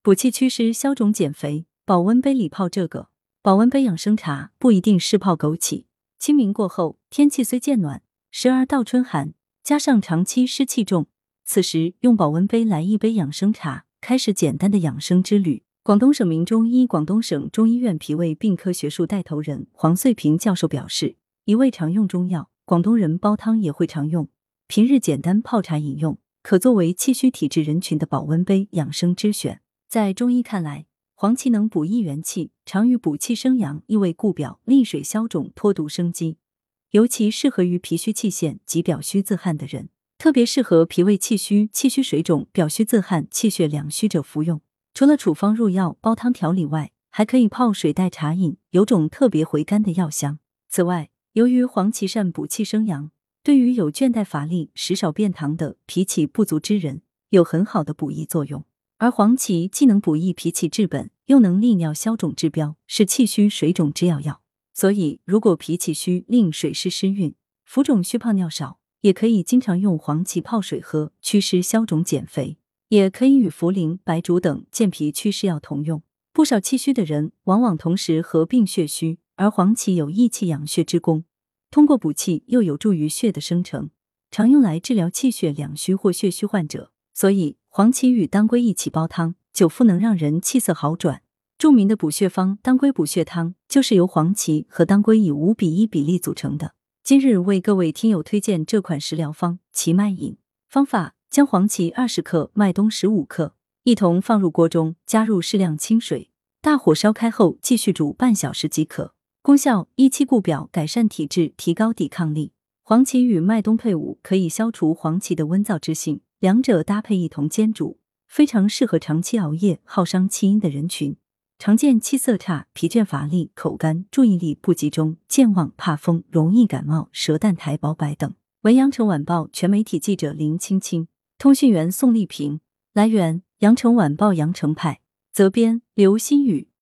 补气祛湿消肿减肥，保温杯里泡这个。保温杯养生茶不一定是泡枸杞。清明过后，天气虽渐暖，时而到春寒，加上长期湿气重，此时用保温杯来一杯养生茶，开始简单的养生之旅。广东省名中医广东省中医院脾胃病科学术带头人黄穗平教授表示，一味常用中药，广东人煲汤也会常用，平日简单泡茶饮用，可作为气虚体质人群的保温杯养生之选。在中医看来，黄芪能补益元气，常与补气生阳、益胃固表、利水消肿、脱毒生肌，尤其适合于脾虚气陷及表虚自汗的人，特别适合脾胃气虚、气虚水肿、表虚自汗、气血两虚者服用。除了处方入药、煲汤调理外，还可以泡水代茶饮，有种特别回甘的药香。此外，由于黄芪善补气生阳，对于有倦怠乏力、食少便溏的脾气不足之人，有很好的补益作用。而黄芪既能补益脾气治本，又能利尿消肿治标，是气虚水肿之要药。所以，如果脾气虚，令水湿湿运，浮肿虚胖尿少，也可以经常用黄芪泡水喝，祛湿消肿减肥。也可以与茯苓、白术等健脾祛湿药同用。不少气虚的人往往同时合并血虚，而黄芪有益气养血之功，通过补气又有助于血的生成，常用来治疗气血两虚或血虚患者。所以黄芪与当归一起煲汤，久服能让人气色好转。著名的补血方当归补血汤就是由黄芪和当归以5:1比例组成的。今日为各位听友推荐这款食疗方芪麦饮。方法：将黄芪20克、麦冬15克一同放入锅中，加入适量清水，大火烧开后继续煮半小时即可。功效：益气固表，改善体质，提高抵抗力。黄芪与麦冬配伍，可以消除黄芪的温燥之性，两者搭配一同煎煮，非常适合长期熬夜、耗伤气阴的人群。常见气色差、疲倦乏力、口干、注意力不集中、健忘、怕风、容易感冒、舌淡苔薄白等。文阳城晚报全媒体记者林青青，通讯员宋丽萍。来源：阳城晚报阳城派，责编：刘新宇。